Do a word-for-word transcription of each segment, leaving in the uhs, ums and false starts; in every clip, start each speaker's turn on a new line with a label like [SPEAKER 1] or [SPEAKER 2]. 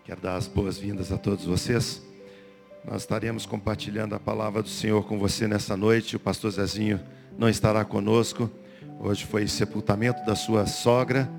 [SPEAKER 1] Quero dar as boas-vindas a todos vocês. Nós estaremos compartilhando a palavra do Senhor com você nessa noite. O pastor Zezinho não estará conosco. Hoje foi o sepultamento da sua sogra.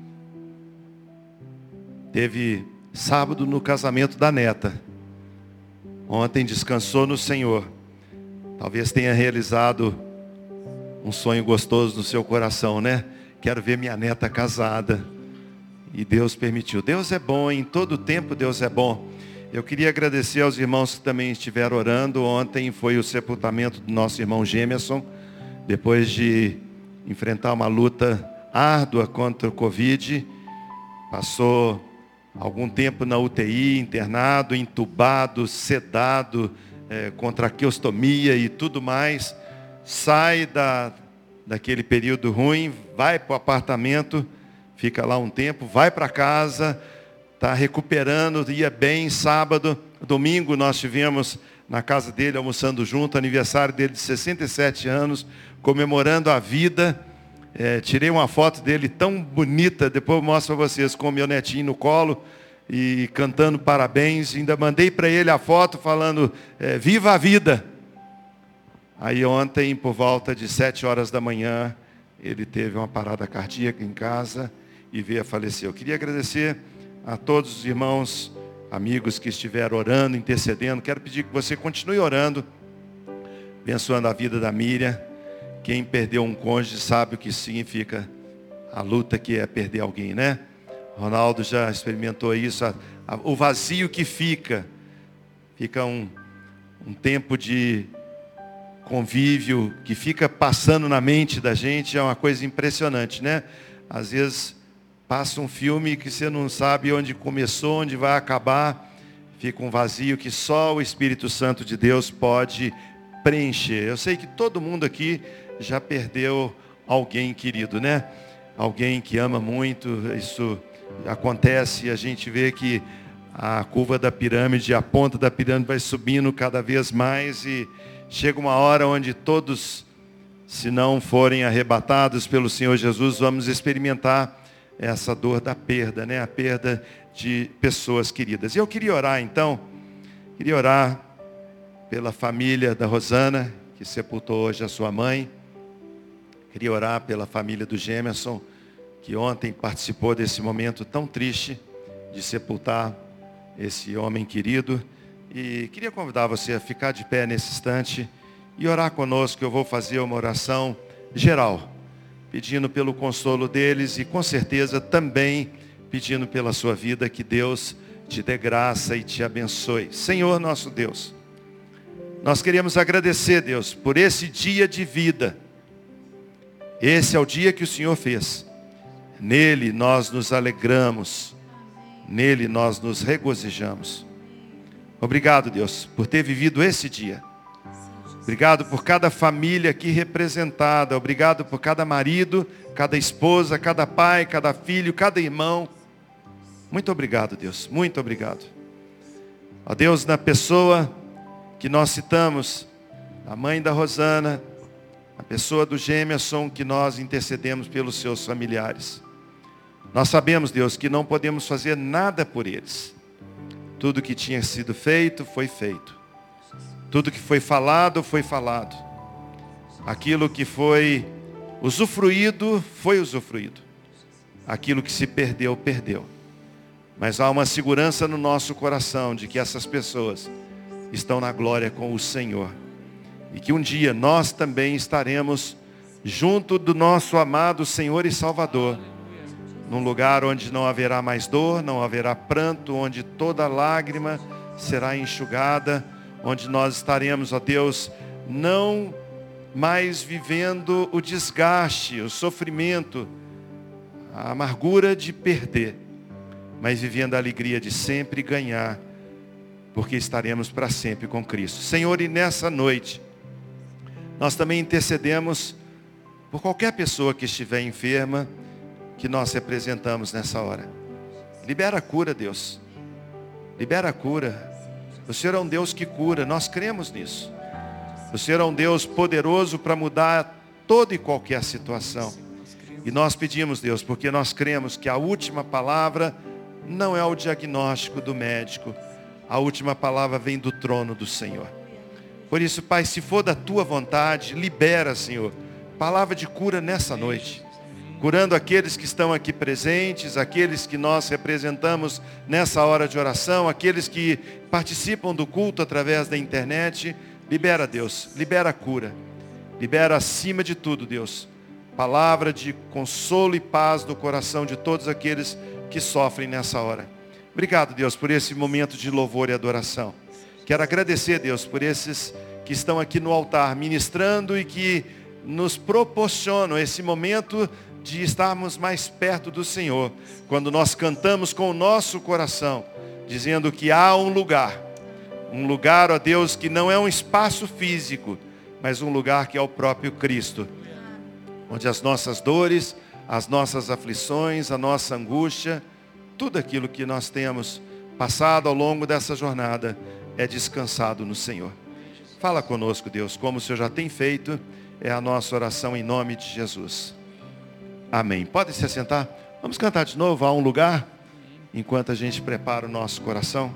[SPEAKER 1] Teve sábado no casamento da neta. Ontem descansou no Senhor. Talvez tenha realizado um sonho gostoso no seu coração, né? Quero ver minha neta casada. E Deus permitiu. Deus é bom, em todo tempo Deus é bom. Eu queria agradecer aos irmãos que também estiveram orando. Ontem foi o sepultamento do nosso irmão Gemerson. Depois de enfrentar uma luta árdua contra o Covid. Passou algum tempo na U T I, internado, entubado, sedado, é, com traqueostomia e tudo mais. Sai da, daquele período ruim, vai para o apartamento, fica lá um tempo, vai para casa, está recuperando, ia bem. Sábado, domingo nós tivemos na casa dele, almoçando junto, aniversário dele de sessenta e sete anos, comemorando a vida. É, tirei uma foto dele tão bonita, depois eu mostro para vocês, com o meu netinho no colo e cantando parabéns. Ainda mandei para ele a foto falando, é, viva a vida. Aí ontem, por volta de sete horas da manhã, ele teve uma parada cardíaca em casa e veio a falecer. Eu queria agradecer a todos os irmãos, amigos que estiveram orando, intercedendo. Quero pedir que você continue orando, abençoando a vida da Miriam. Quem perdeu um cônjuge sabe o que significa a luta que é perder alguém, né? Ronaldo já experimentou isso, a, a, o vazio que fica. Fica um, um tempo de convívio que fica passando na mente da gente, é uma coisa impressionante, né? Às vezes passa um filme que você não sabe onde começou, onde vai acabar. Fica um vazio que só o Espírito Santo de Deus pode preencher. Eu sei que todo mundo aqui já perdeu alguém querido, né? Alguém que ama muito. Isso acontece e a gente vê que a curva da pirâmide, a ponta da pirâmide vai subindo cada vez mais e chega uma hora onde todos, se não forem arrebatados pelo Senhor Jesus, vamos experimentar essa dor da perda, né? A perda de pessoas queridas. E eu queria orar então, queria orar pela família da Rosana, que sepultou hoje a sua mãe. Queria orar pela família do Gemerson, que ontem participou desse momento tão triste de sepultar esse homem querido. E queria convidar você a ficar de pé nesse instante e orar conosco. Eu vou fazer uma oração geral, pedindo pelo consolo deles e com certeza também pedindo pela sua vida, que Deus te dê graça e te abençoe. Senhor nosso Deus, nós queremos agradecer, Deus, por esse dia de vida. Esse é o dia que o Senhor fez. Nele nós nos alegramos, nele nós nos regozijamos. Obrigado, Deus, por ter vivido esse dia. Obrigado por cada família aqui representada. Obrigado por cada marido, cada esposa, cada pai, cada filho, cada irmão. Muito obrigado, Deus. Muito obrigado. Ó Deus, na pessoa que nós citamos, a mãe da Rosana, a pessoa do Gemerson, que nós intercedemos pelos seus familiares. Nós sabemos, Deus, que não podemos fazer nada por eles. Tudo que tinha sido feito, foi feito. Tudo que foi falado, foi falado. Aquilo que foi usufruído, foi usufruído. Aquilo que se perdeu, perdeu. Mas há uma segurança no nosso coração de que essas pessoas estão na glória com o Senhor. E que um dia nós também estaremos junto do nosso amado Senhor e Salvador. Num lugar onde não haverá mais dor, não haverá pranto, onde toda lágrima será enxugada. Onde nós estaremos, ó Deus, não mais vivendo o desgaste, o sofrimento, a amargura de perder, mas vivendo a alegria de sempre ganhar, porque estaremos para sempre com Cristo. Senhor, e nessa noite, nós também intercedemos por qualquer pessoa que estiver enferma, que nós representamos nessa hora. Libera a cura, Deus. Libera a cura. O Senhor é um Deus que cura, nós cremos nisso. O Senhor é um Deus poderoso para mudar toda e qualquer situação. E nós pedimos, Deus, porque nós cremos que a última palavra não é o diagnóstico do médico. A última palavra vem do trono do Senhor. Por isso, Pai, se for da tua vontade, libera, Senhor, palavra de cura nessa noite. Curando aqueles que estão aqui presentes, aqueles que nós representamos nessa hora de oração, aqueles que participam do culto através da internet. Libera, Deus, libera a cura. Libera acima de tudo, Deus, palavra de consolo e paz no coração de todos aqueles que sofrem nessa hora. Obrigado, Deus, por esse momento de louvor e adoração. Quero agradecer, Deus, por esses que estão aqui no altar ministrando e que nos proporcionam esse momento de estarmos mais perto do Senhor, quando nós cantamos com o nosso coração, dizendo que há um lugar, um lugar, ó Deus, que não é um espaço físico, mas um lugar que é o próprio Cristo, onde as nossas dores, as nossas aflições, a nossa angústia, tudo aquilo que nós temos passado ao longo dessa jornada é descansado no Senhor. Fala conosco, Deus, como o Senhor já tem feito, é a nossa oração em nome de Jesus. Amém. Pode se assentar? Vamos cantar de novo, há um lugar, enquanto a gente prepara o nosso coração.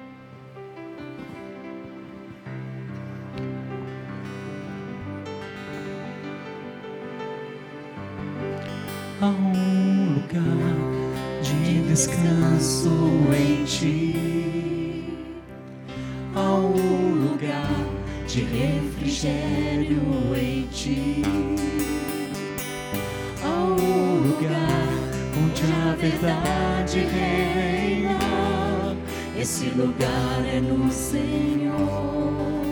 [SPEAKER 2] Há um lugar de descanso em ti, há um lugar de refrigério em ti, há um lugar onde a verdade reina, esse lugar é no Senhor.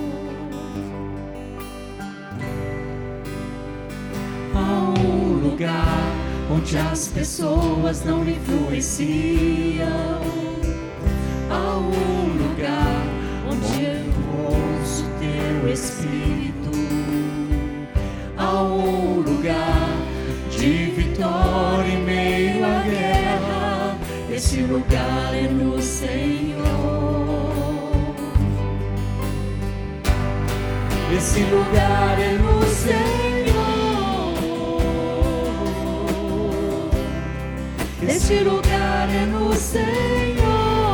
[SPEAKER 2] Há um lugar onde as pessoas não influenciam, há um lugar onde eu ouço teu Espírito, há um lugar de vitória em meio à guerra, esse lugar é no Senhor. Esse lugar é no Senhor. Este lugar é no Senhor.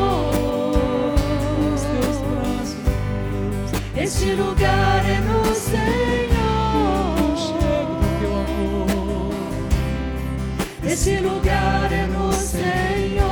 [SPEAKER 2] Os teus braços. Este lugar é no Senhor. Chego do teu amor. Este lugar é no Senhor.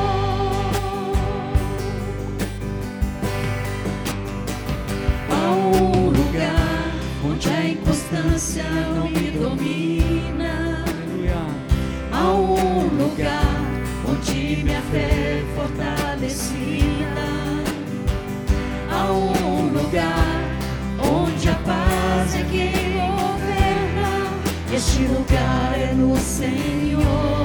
[SPEAKER 2] Há um lugar onde a inconstância não me domina. Há um lugar onde minha fé é fortalecida, há um lugar onde a paz é quem governa, este lugar é no Senhor.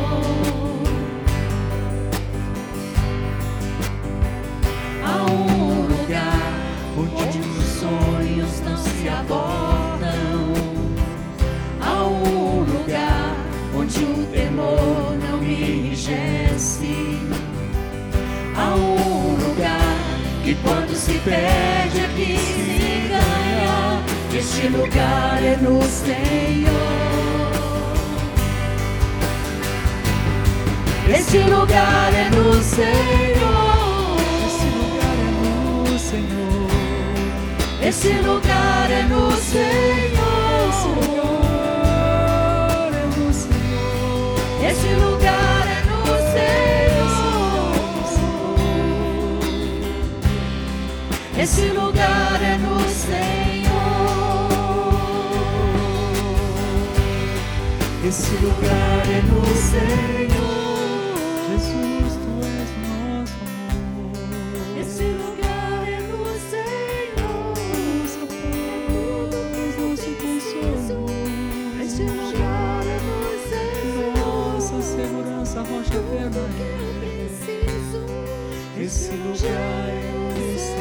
[SPEAKER 2] Há um lugar onde os sonhos não se abortam, há um lugar onde o temor não me enrijece, há um lugar que quando se perde aqui se ganha, este lugar é no Senhor. Este lugar é no Senhor. Este lugar é no Senhor. Este lugar é no Senhor. Este lugar é no Senhor. Esse lugar é no Senhor. Jesus, tu és o nosso amor. Esse lugar é no Senhor. Tudo que nosso consolo. Este lugar é no Senhor. Nossa segurança, rocha eterna. Esse lugar é no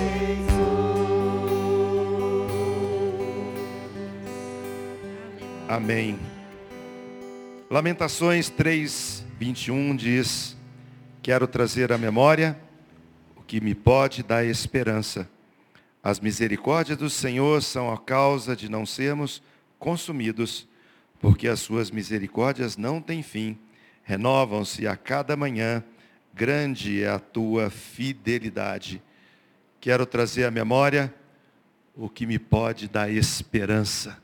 [SPEAKER 2] Senhor.
[SPEAKER 1] Amém. Lamentações três, vinte e um diz: quero trazer à memória o que me pode dar esperança. As misericórdias do Senhor são a causa de não sermos consumidos, porque as suas misericórdias não têm fim, renovam-se a cada manhã, grande é a tua fidelidade. Quero trazer à memória o que me pode dar esperança.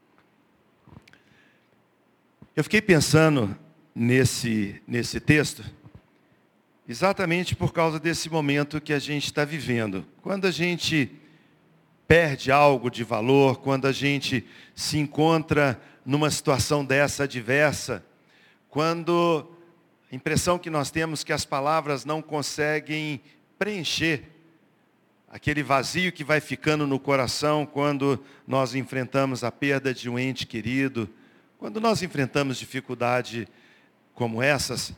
[SPEAKER 1] Eu fiquei pensando nesse, nesse texto, exatamente por causa desse momento que a gente está vivendo. Quando a gente perde algo de valor, quando a gente se encontra numa situação dessa adversa, quando a impressão que nós temos que as palavras não conseguem preencher aquele vazio que vai ficando no coração quando nós enfrentamos a perda de um ente querido, quando nós enfrentamos dificuldade como essas,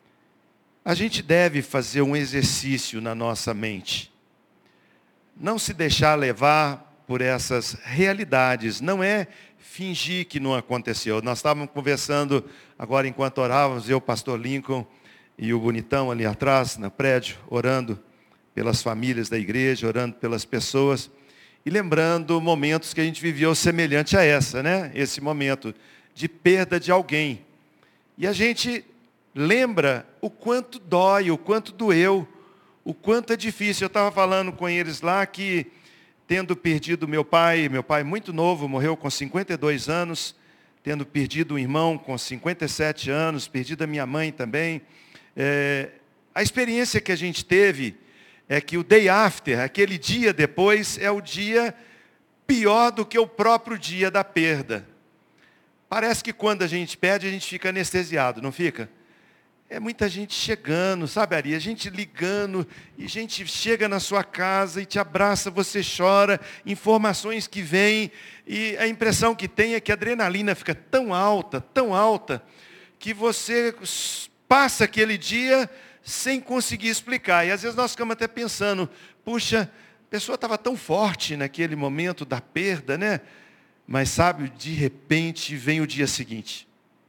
[SPEAKER 1] a gente deve fazer um exercício na nossa mente. Não se deixar levar por essas realidades, não é fingir que não aconteceu. Nós estávamos conversando agora enquanto orávamos, eu, o pastor Lincoln e o bonitão ali atrás, no prédio, orando pelas famílias da igreja, orando pelas pessoas, e lembrando momentos que a gente viveu semelhante a essa, né? Esse momento de perda de alguém. E a gente lembra o quanto dói, o quanto doeu, o quanto é difícil. Eu estava falando com eles lá que, tendo perdido meu pai, meu pai muito novo, morreu com cinquenta e dois anos, tendo perdido um irmão com cinquenta e sete anos, perdido a minha mãe também, é, a experiência que a gente teve é que o day after, aquele dia depois, é o dia pior do que o próprio dia da perda. Parece que quando a gente perde, a gente fica anestesiado, não fica? É muita gente chegando, sabe, Ari? A gente ligando, e gente chega na sua casa e te abraça, você chora, informações que vêm, e a impressão que tem é que a adrenalina fica tão alta, tão alta, que você passa aquele dia sem conseguir explicar. E às vezes nós ficamos até pensando, puxa, a pessoa estava tão forte naquele momento da perda, né? Mas sabe, de repente vem o dia seguinte.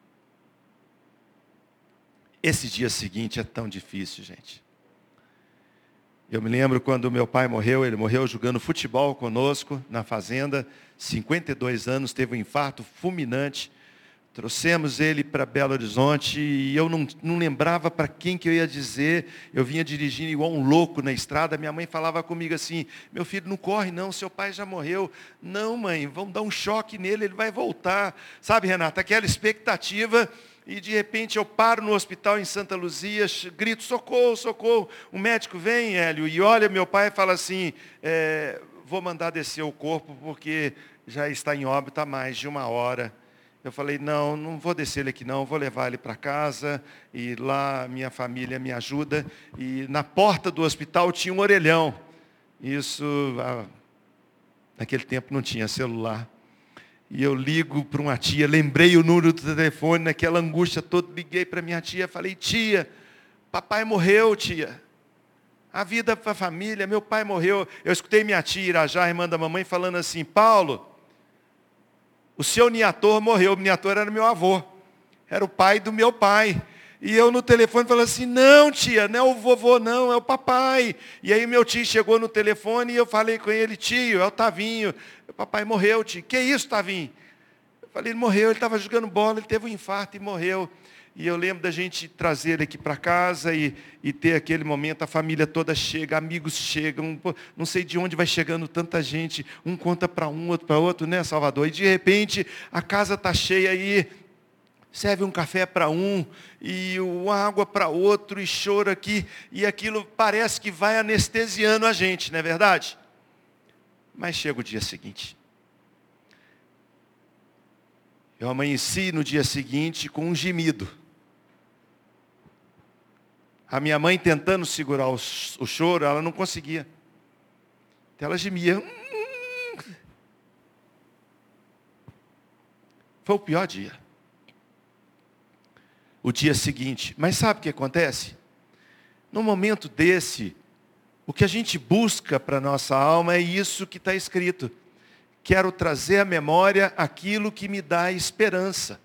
[SPEAKER 1] Esse dia seguinte é tão difícil, gente. Eu me lembro quando meu pai morreu, ele morreu jogando futebol conosco na fazenda, cinquenta e dois anos, teve um infarto fulminante. Trouxemos ele para Belo Horizonte e eu não, não lembrava para quem que eu ia dizer. Eu vinha dirigindo igual um louco na estrada. Minha mãe falava comigo assim, meu filho, não corre não, seu pai já morreu. Não, mãe, vamos dar um choque nele, ele vai voltar. Sabe, Renata, aquela expectativa. E de repente eu paro no hospital em Santa Luzia, grito, socorro, socorro. O médico vem, Hélio, e olha meu pai e fala assim, é, vou mandar descer o corpo porque já está em óbito há mais de uma hora. Eu falei, não, não vou descer ele aqui não, vou levar ele para casa, e lá minha família me ajuda. E na porta do hospital tinha um orelhão. Isso, ah, naquele tempo não tinha celular. E eu ligo para uma tia, lembrei o número do telefone, naquela angústia toda, liguei para minha tia, falei, tia, papai morreu, tia. A vida para a família, meu pai morreu. Eu escutei minha tia Irajá, irmã da mamãe, falando assim, Paulo, o seu Niator morreu. O Niator era meu avô. Era o pai do meu pai. E eu no telefone falei assim, não tia, não é o vovô não, é o papai. E aí meu tio chegou no telefone e eu falei com ele, tio, é o Tavinho. O papai morreu, tio. Que isso, Tavinho? Eu falei, ele morreu, ele estava jogando bola, ele teve um infarto e morreu. E eu lembro da gente trazer ele aqui para casa e, e ter aquele momento, a família toda chega, amigos chegam, não sei de onde vai chegando tanta gente, um conta para um, outro para outro, né, Salvador? E de repente a casa está cheia e serve um café para um, e uma água para outro, e choro aqui, e aquilo parece que vai anestesiando a gente, não é verdade? Mas chega o dia seguinte. Eu amanheci no dia seguinte com um gemido. A minha mãe tentando segurar o, o choro, ela não conseguia. Então ela gemia. Foi o pior dia. O dia seguinte. Mas sabe o que acontece? Num momento desse, o que a gente busca para a nossa alma é isso que está escrito. Quero trazer à memória aquilo que me dá esperança.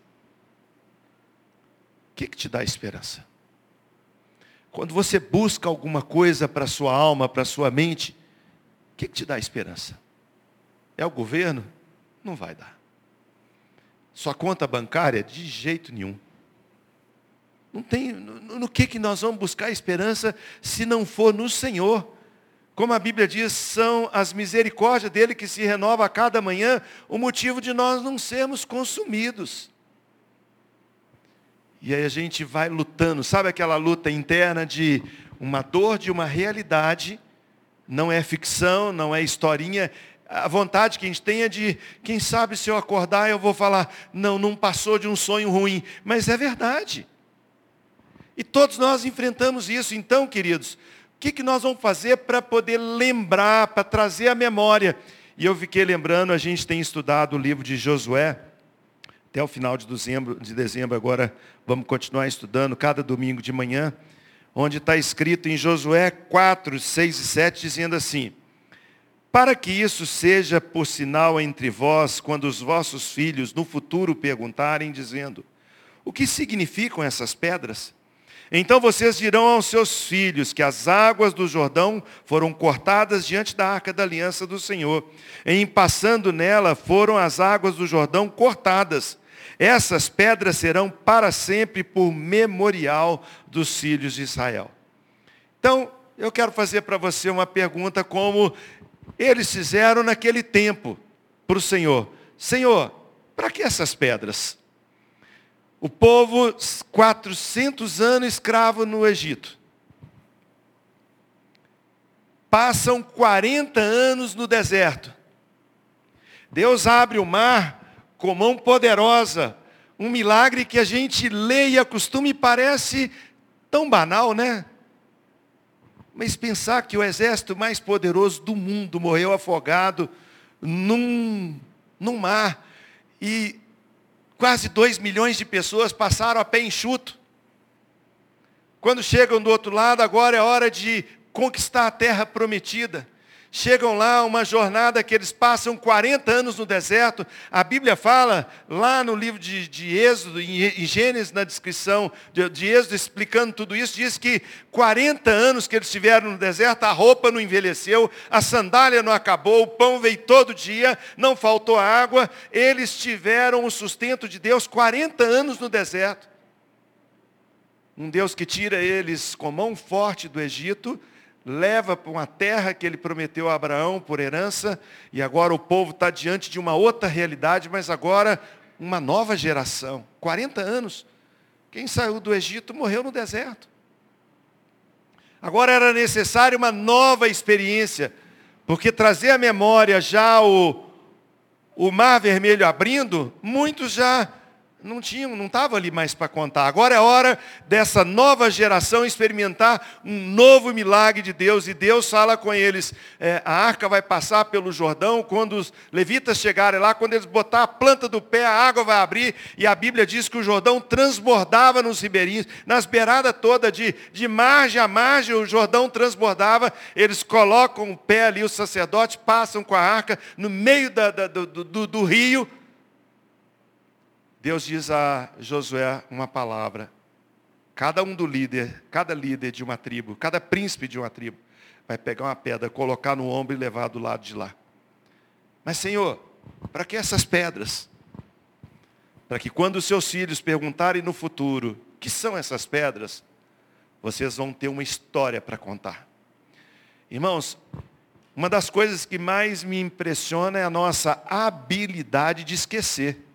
[SPEAKER 1] O que, que te dá esperança? Quando você busca alguma coisa para a sua alma, para a sua mente, o que, que te dá esperança? É o governo? Não vai dar. Sua conta bancária? De jeito nenhum. Não tem, no, no que, que nós vamos buscar esperança se não for no Senhor? Como a Bíblia diz, são as misericórdias dele que se renova a cada manhã, o motivo de nós não sermos consumidos. E aí a gente vai lutando, sabe aquela luta interna de uma dor, de uma realidade, não é ficção, não é historinha, a vontade que a gente tem é de, quem sabe se eu acordar eu vou falar, não, não passou de um sonho ruim, mas é verdade. E todos nós enfrentamos isso. Então, queridos, o que, que nós vamos fazer para poder lembrar, para trazer a memória? E eu fiquei lembrando, a gente tem estudado o livro de Josué, até o final de dezembro, de dezembro agora vamos continuar estudando, cada domingo de manhã, onde está escrito em Josué quatro, seis e sete, dizendo assim, para que isso seja por sinal entre vós, quando os vossos filhos no futuro perguntarem, dizendo, o que significam essas pedras? Então vocês dirão aos seus filhos que as águas do Jordão foram cortadas diante da arca da aliança do Senhor. Em passando nela foram as águas do Jordão cortadas. Essas pedras serão para sempre por memorial dos filhos de Israel. Então, eu quero fazer para você uma pergunta como eles fizeram naquele tempo para o Senhor. Senhor, para que essas pedras? O povo, quatrocentos anos escravo no Egito. Passam quarenta anos no deserto. Deus abre o mar com mão poderosa. Um milagre que a gente lê e acostuma e parece tão banal, né? Mas pensar que o exército mais poderoso do mundo morreu afogado num, num mar. E quase dois milhões de pessoas passaram a pé enxuto. Quando chegam do outro lado, agora é hora de conquistar a terra prometida. Chegam lá, uma jornada que eles passam quarenta anos no deserto. A Bíblia fala, lá no livro de, de Êxodo, em, em Gênesis, na descrição de, de Êxodo, explicando tudo isso, diz que quarenta anos que eles estiveram no deserto, a roupa não envelheceu, a sandália não acabou, o pão veio todo dia, não faltou água. Eles tiveram o sustento de Deus quarenta anos no deserto. Um Deus que tira eles com mão forte do Egito, leva para uma terra que ele prometeu a Abraão por herança, e agora o povo está diante de uma outra realidade, mas agora uma nova geração. quarenta anos. Quem saiu do Egito morreu no deserto. Agora era necessário uma nova experiência, porque trazer à memória já o, o Mar Vermelho abrindo, muitos já não tinham, não estavam ali mais para contar. Agora é hora dessa nova geração experimentar um novo milagre de Deus. E Deus fala com eles, é, a arca vai passar pelo Jordão, quando os levitas chegarem lá, quando eles botar a planta do pé, a água vai abrir. E a Bíblia diz que o Jordão transbordava nos ribeirinhos, nas beiradas todas, de, de margem a margem, o Jordão transbordava. Eles colocam o pé ali, os sacerdotes passam com a arca no meio da, da, do, do, do rio. Deus diz a Josué uma palavra. Cada um do líder, cada líder de uma tribo, cada príncipe de uma tribo, vai pegar uma pedra, colocar no ombro e levar do lado de lá. Mas, Senhor, para que essas pedras? Para que quando os seus filhos perguntarem no futuro, o que são essas pedras? Vocês vão ter uma história para contar. Irmãos, uma das coisas que mais me impressiona é a nossa habilidade de esquecer.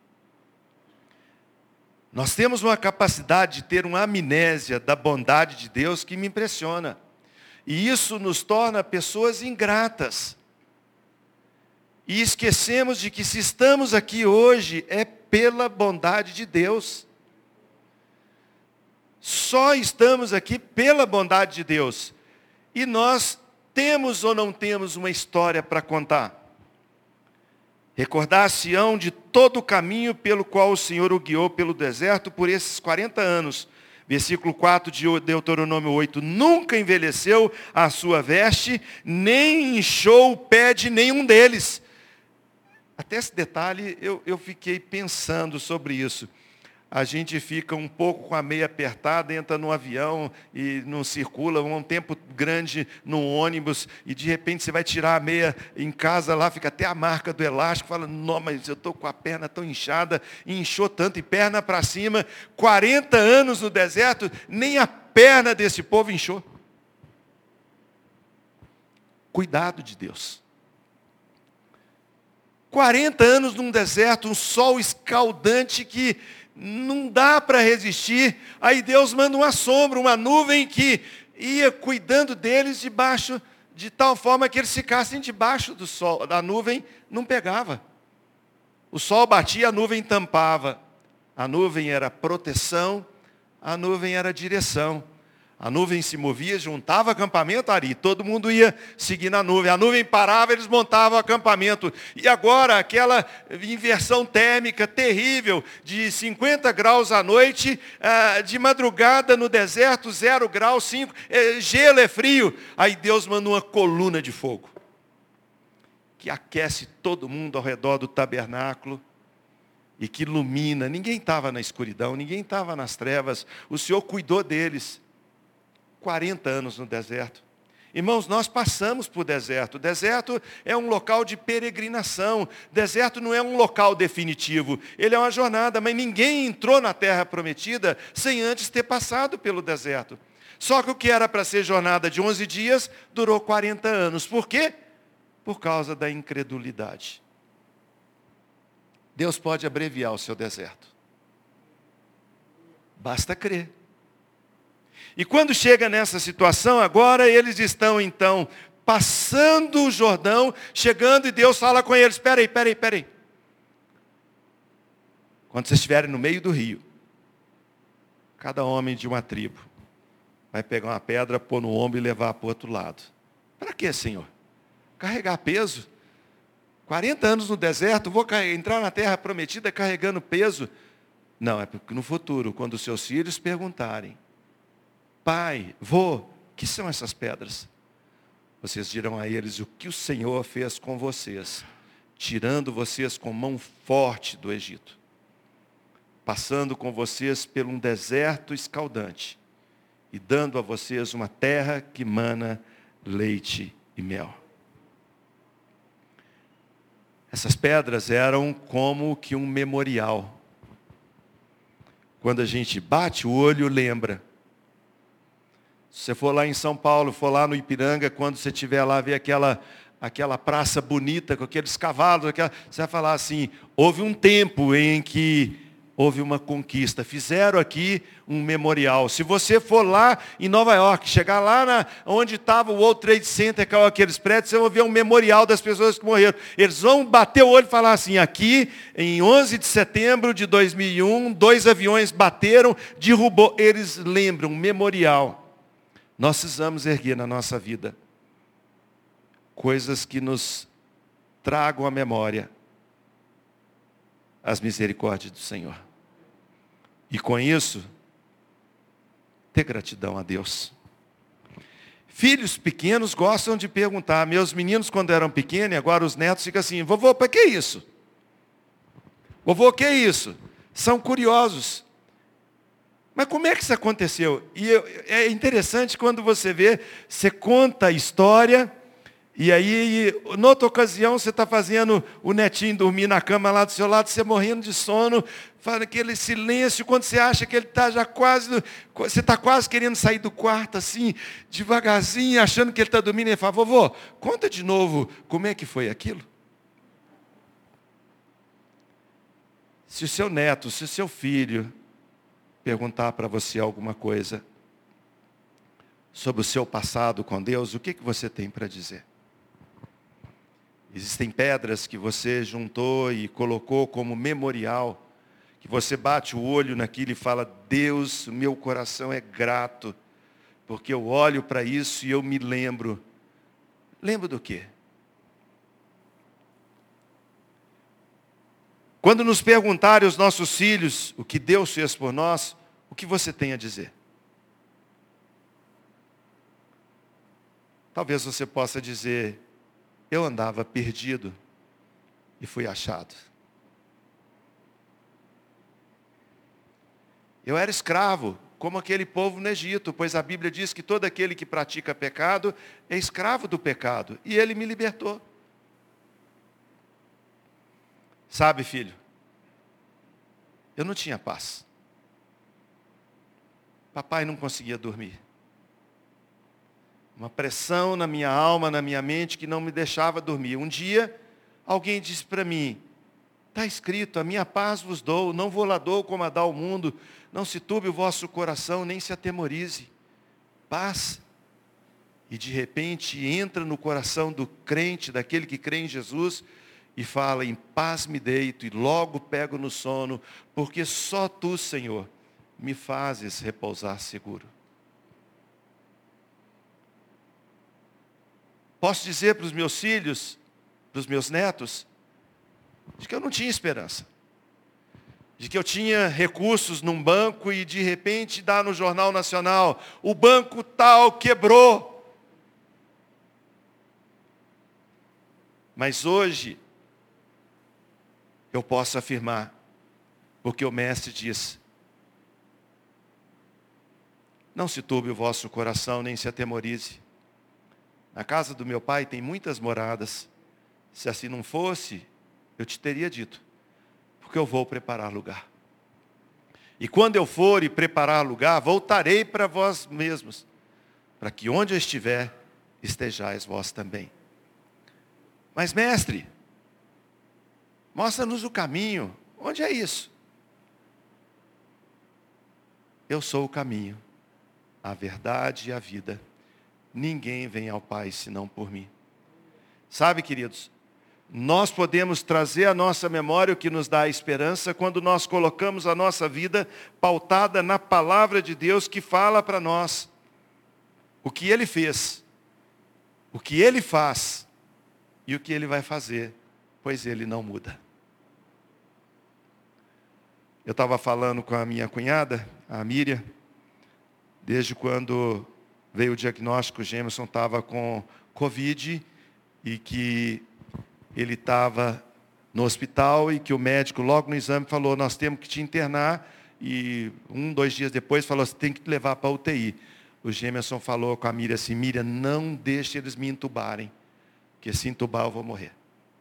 [SPEAKER 1] Nós temos uma capacidade de ter uma amnésia da bondade de Deus que me impressiona. E isso nos torna pessoas ingratas. E esquecemos de que se estamos aqui hoje é pela bondade de Deus. Só estamos aqui pela bondade de Deus. E nós temos ou não temos uma história para contar? Recordar-se-ão de todo o caminho pelo qual o Senhor o guiou pelo deserto por esses quarenta anos. Versículo quatro de Deuteronômio oito. Nunca envelheceu a sua veste, nem inchou o pé de nenhum deles. Até esse detalhe eu, eu fiquei pensando sobre isso. a gente fica um pouco com a meia apertada, entra no avião e não circula, um tempo grande no ônibus, e de repente você vai tirar a meia em casa lá, fica até a marca do elástico, fala, não, mas eu estou com a perna tão inchada, e inchou tanto, e perna para cima, quarenta anos no deserto, nem a perna desse povo inchou. Cuidado de Deus. quarenta anos num deserto, um sol escaldante que não dá para resistir. Aí Deus manda uma sombra, uma nuvem que ia cuidando deles debaixo, de tal forma que eles ficassem debaixo do sol. Da nuvem não pegava. O sol batia, a nuvem tampava. A nuvem era proteção, a nuvem era direção. A nuvem se movia, juntava acampamento ali, todo mundo ia seguir na nuvem. A nuvem parava, eles montavam o acampamento. E agora, aquela inversão térmica terrível, de cinquenta graus à noite, de madrugada no deserto, zero graus, cinco, gelo é frio. Aí Deus manda uma coluna de fogo, que aquece todo mundo ao redor do tabernáculo, e que ilumina. Ninguém estava na escuridão, ninguém estava nas trevas. O Senhor cuidou deles. quarenta anos no deserto. Irmãos, nós passamos por deserto. O deserto é um local de peregrinação. Deserto não é um local definitivo. Ele é uma jornada, mas ninguém entrou na terra prometida sem antes ter passado pelo deserto. Só que o que era para ser jornada de onze dias, durou quarenta anos. Por quê? Por causa da incredulidade. Deus pode abreviar o seu deserto. Basta crer. E quando chega nessa situação, agora eles estão então passando o Jordão, chegando, e Deus fala com eles, espera aí, espera aí, espera aí. Quando vocês estiverem no meio do rio, cada homem de uma tribo vai pegar uma pedra, pôr no ombro e levar para o outro lado. Para quê, Senhor? Carregar peso? quarenta anos no deserto, vou entrar na terra prometida carregando peso? Não, é porque no futuro, quando os seus filhos perguntarem, pai, vô, que são essas pedras? Vocês dirão a eles o que o Senhor fez com vocês, tirando vocês com mão forte do Egito, passando com vocês por um deserto escaldante e dando a vocês uma terra que mana leite e mel. Essas pedras eram como que um memorial. Quando a gente bate o olho, lembra. Se você for lá em São Paulo, for lá no Ipiranga, quando você estiver lá, ver aquela, aquela praça bonita, com aqueles cavalos, aquela, você vai falar assim, houve um tempo em que houve uma conquista. Fizeram aqui um memorial. Se você for lá em Nova York, chegar lá na, onde estava o World Trade Center, que é aqueles prédios, você vai ver um memorial das pessoas que morreram. Eles vão bater o olho e falar assim, aqui, em onze de setembro de dois mil e um, dois aviões bateram, derrubou. Eles lembram, um memorial. Nós precisamos erguer na nossa vida coisas que nos tragam à memória as misericórdias do Senhor. E com isso, ter gratidão a Deus. Filhos pequenos gostam de perguntar. Meus meninos, quando eram pequenos, agora os netos ficam assim, vovô, para que isso? Vovô, o que é isso? São curiosos. Mas como é que isso aconteceu? E é interessante quando você vê, você conta a história, e aí, noutra ocasião, você está fazendo o netinho dormir na cama lá do seu lado, você morrendo de sono, faz aquele silêncio, quando você acha que ele está já quase, você está quase querendo sair do quarto, assim, devagarzinho, achando que ele está dormindo, e ele fala, vovô, conta de novo, como é que foi aquilo? Se o seu neto, se o seu filho perguntar para você alguma coisa sobre o seu passado com Deus, o que, que você tem para dizer? Existem pedras que você juntou e colocou como memorial, que você bate o olho naquilo e fala, Deus, meu coração é grato, porque eu olho para isso e eu me lembro. Lembro do quê? Quando nos perguntarem os nossos filhos o que Deus fez por nós, o que você tem a dizer? Talvez você possa dizer, eu andava perdido e fui achado. Eu era escravo, como aquele povo no Egito, pois a Bíblia diz que todo aquele que pratica pecado é escravo do pecado. E ele me libertou. Sabe, filho, eu não tinha paz. Papai não conseguia dormir. Uma pressão na minha alma, na minha mente, que não me deixava dormir. Um dia, alguém disse para mim, está escrito, a minha paz vos dou, não vou lá dou como a dá ao mundo, não se turbe o vosso coração, nem se atemorize. Paz. E de repente entra no coração do crente, daquele que crê em Jesus, e fala, em paz me deito, e logo pego no sono, porque só tu, Senhor, me fazes repousar seguro. Posso dizer para os meus filhos, para os meus netos, de que eu não tinha esperança. De que eu tinha recursos num banco e de repente dá no Jornal Nacional, o banco tal quebrou. Mas hoje, eu posso afirmar, porque o mestre diz, não se turbe o vosso coração, nem se atemorize. Na casa do meu pai tem muitas moradas. Se assim não fosse, eu te teria dito, porque eu vou preparar lugar. E quando eu for e preparar lugar, voltarei para vós mesmos, para que onde eu estiver, estejais vós também. Mas mestre, mostra-nos o caminho. Onde é isso? Eu sou o caminho, a verdade e a vida. Ninguém vem ao Pai senão por mim. Sabe, queridos, nós podemos trazer à nossa memória o que nos dá esperança quando nós colocamos a nossa vida pautada na palavra de Deus que fala para nós o que Ele fez, o que Ele faz e o que Ele vai fazer, pois Ele não muda. Eu estava falando com a minha cunhada, a Miriam, desde quando veio o diagnóstico, o Gemerson estava com Covid e que ele estava no hospital e que o médico logo no exame falou, nós temos que te internar, e um, dois dias depois falou, você tem que te levar para a U T I. O Gemerson falou com a Miriam assim, Miriam, não deixe eles me entubarem, porque se entubar eu vou morrer.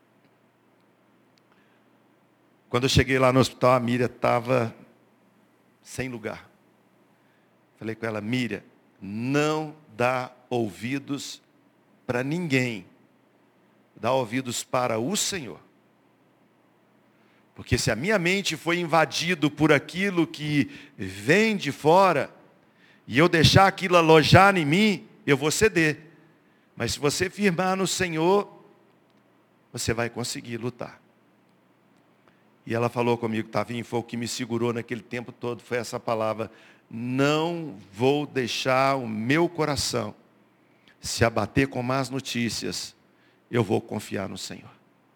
[SPEAKER 1] Quando eu cheguei lá no hospital, a Miriam estava sem lugar. Falei com ela, Miriam, não dá ouvidos para ninguém. Dá ouvidos para o Senhor. Porque se a minha mente foi invadida por aquilo que vem de fora, e eu deixar aquilo alojar em mim, eu vou ceder. Mas se você firmar no Senhor, você vai conseguir lutar. E ela falou comigo, Tavinho, foi o que me segurou naquele tempo todo, foi essa palavra, não vou deixar o meu coração se abater com más notícias, eu vou confiar no Senhor.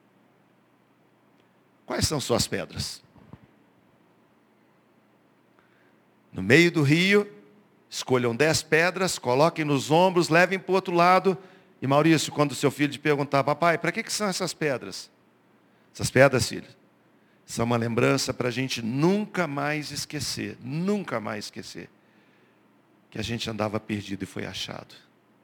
[SPEAKER 1] Quais são suas pedras? No meio do rio, escolham dez pedras, coloquem nos ombros, levem para o outro lado. E Maurício, quando o seu filho te perguntar, papai, para que, que são essas pedras? Essas pedras, filho, são uma lembrança para a gente nunca mais esquecer, nunca mais esquecer, que a gente andava perdido e foi achado.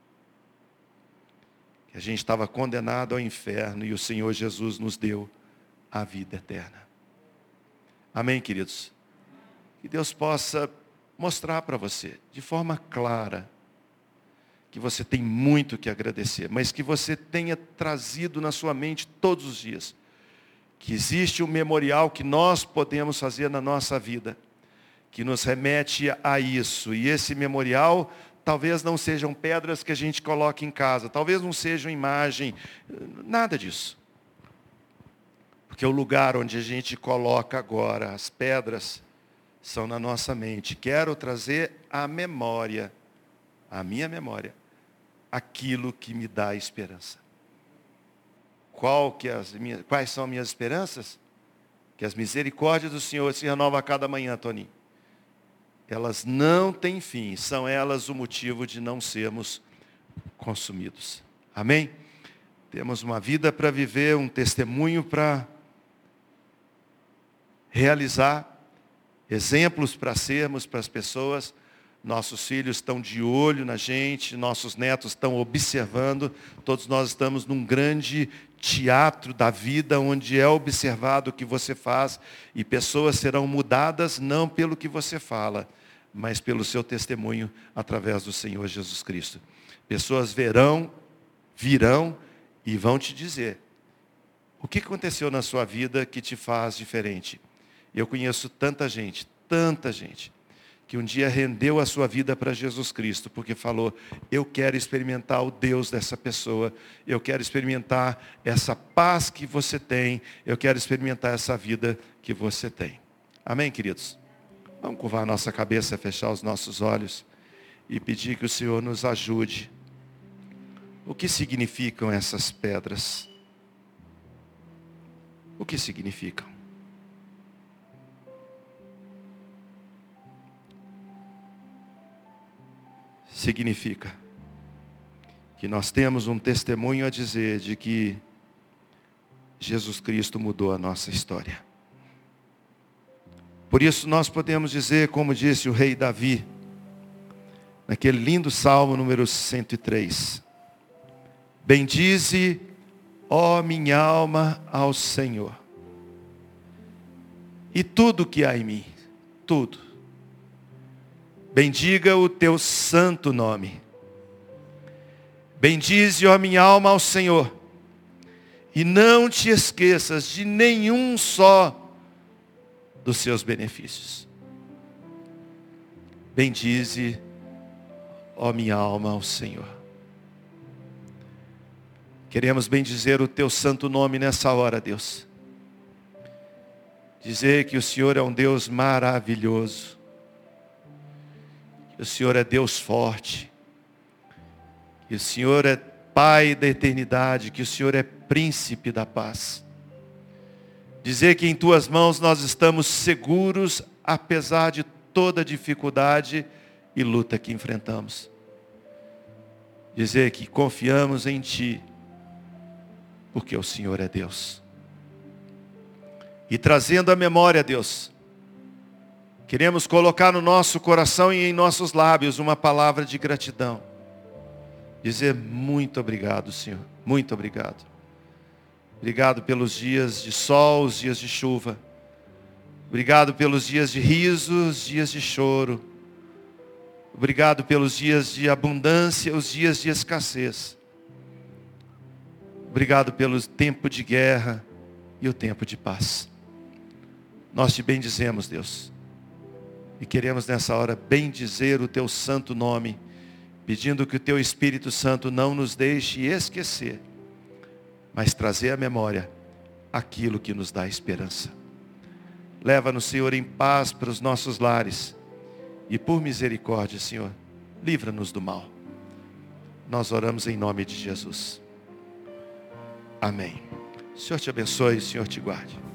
[SPEAKER 1] Que a gente estava condenado ao inferno e o Senhor Jesus nos deu a vida eterna. Amém, queridos? Que Deus possa mostrar para você, de forma clara, que você tem muito que agradecer, mas que você tenha trazido na sua mente todos os dias, que existe um memorial que nós podemos fazer na nossa vida, que nos remete a isso, e esse memorial talvez não sejam pedras que a gente coloque em casa, talvez não sejam imagem, nada disso. Porque o lugar onde a gente coloca agora as pedras são na nossa mente. Quero trazer à memória, à minha memória, aquilo que me dá esperança. Qual que as minhas, quais são as minhas esperanças? Que as misericórdias do Senhor se renovam a cada manhã, Toninho. Elas não têm fim, são elas o motivo de não sermos consumidos. Amém? Temos uma vida para viver, um testemunho para realizar, exemplos para sermos para as pessoas. Nossos filhos estão de olho na gente, nossos netos estão observando. Todos nós estamos num grande teatro da vida, onde é observado o que você faz, e pessoas serão mudadas não pelo que você fala, mas pelo seu testemunho através do Senhor Jesus Cristo. Pessoas verão, virão e vão te dizer o que aconteceu na sua vida que te faz diferente. Eu conheço tanta gente, tanta gente, que um dia rendeu a sua vida para Jesus Cristo, porque falou, eu quero experimentar o Deus dessa pessoa, eu quero experimentar essa paz que você tem, eu quero experimentar essa vida que você tem. Amém, queridos? Vamos curvar a nossa cabeça, fechar os nossos olhos e pedir que o Senhor nos ajude. O que significam essas pedras? O que significam? Significa que nós temos um testemunho a dizer de que Jesus Cristo mudou a nossa história. Por isso nós podemos dizer, como disse o rei Davi, naquele lindo salmo número cento e três. Bendize, ó minha alma, ao Senhor. E tudo que há em mim, tudo. Bendiga o teu santo nome. Bendize, ó minha alma, ao Senhor. E não te esqueças de nenhum só dos seus benefícios. Bendize, ó minha alma, ao Senhor. Queremos bendizer o teu santo nome nessa hora, Deus. Dizer que o Senhor é um Deus maravilhoso. Que o Senhor é Deus forte. Que o Senhor é Pai da eternidade. Que o Senhor é príncipe da paz. Dizer que em tuas mãos nós estamos seguros, apesar de toda dificuldade e luta que enfrentamos. Dizer que confiamos em ti, porque o Senhor é Deus. E trazendo a memória, Deus, queremos colocar no nosso coração e em nossos lábios uma palavra de gratidão. Dizer muito obrigado, Senhor, muito obrigado. Obrigado pelos dias de sol, os dias de chuva. Obrigado pelos dias de riso, os dias de choro. Obrigado pelos dias de abundância, os dias de escassez. Obrigado pelo tempo de guerra e o tempo de paz. Nós te bendizemos, Deus. E queremos nessa hora bendizer o teu santo nome, pedindo que o teu Espírito Santo não nos deixe esquecer, mas trazer à memória aquilo que nos dá esperança. Leva-nos, Senhor, em paz para os nossos lares. E por misericórdia, Senhor, livra-nos do mal. Nós oramos em nome de Jesus. Amém. O Senhor te abençoe, o Senhor te guarde.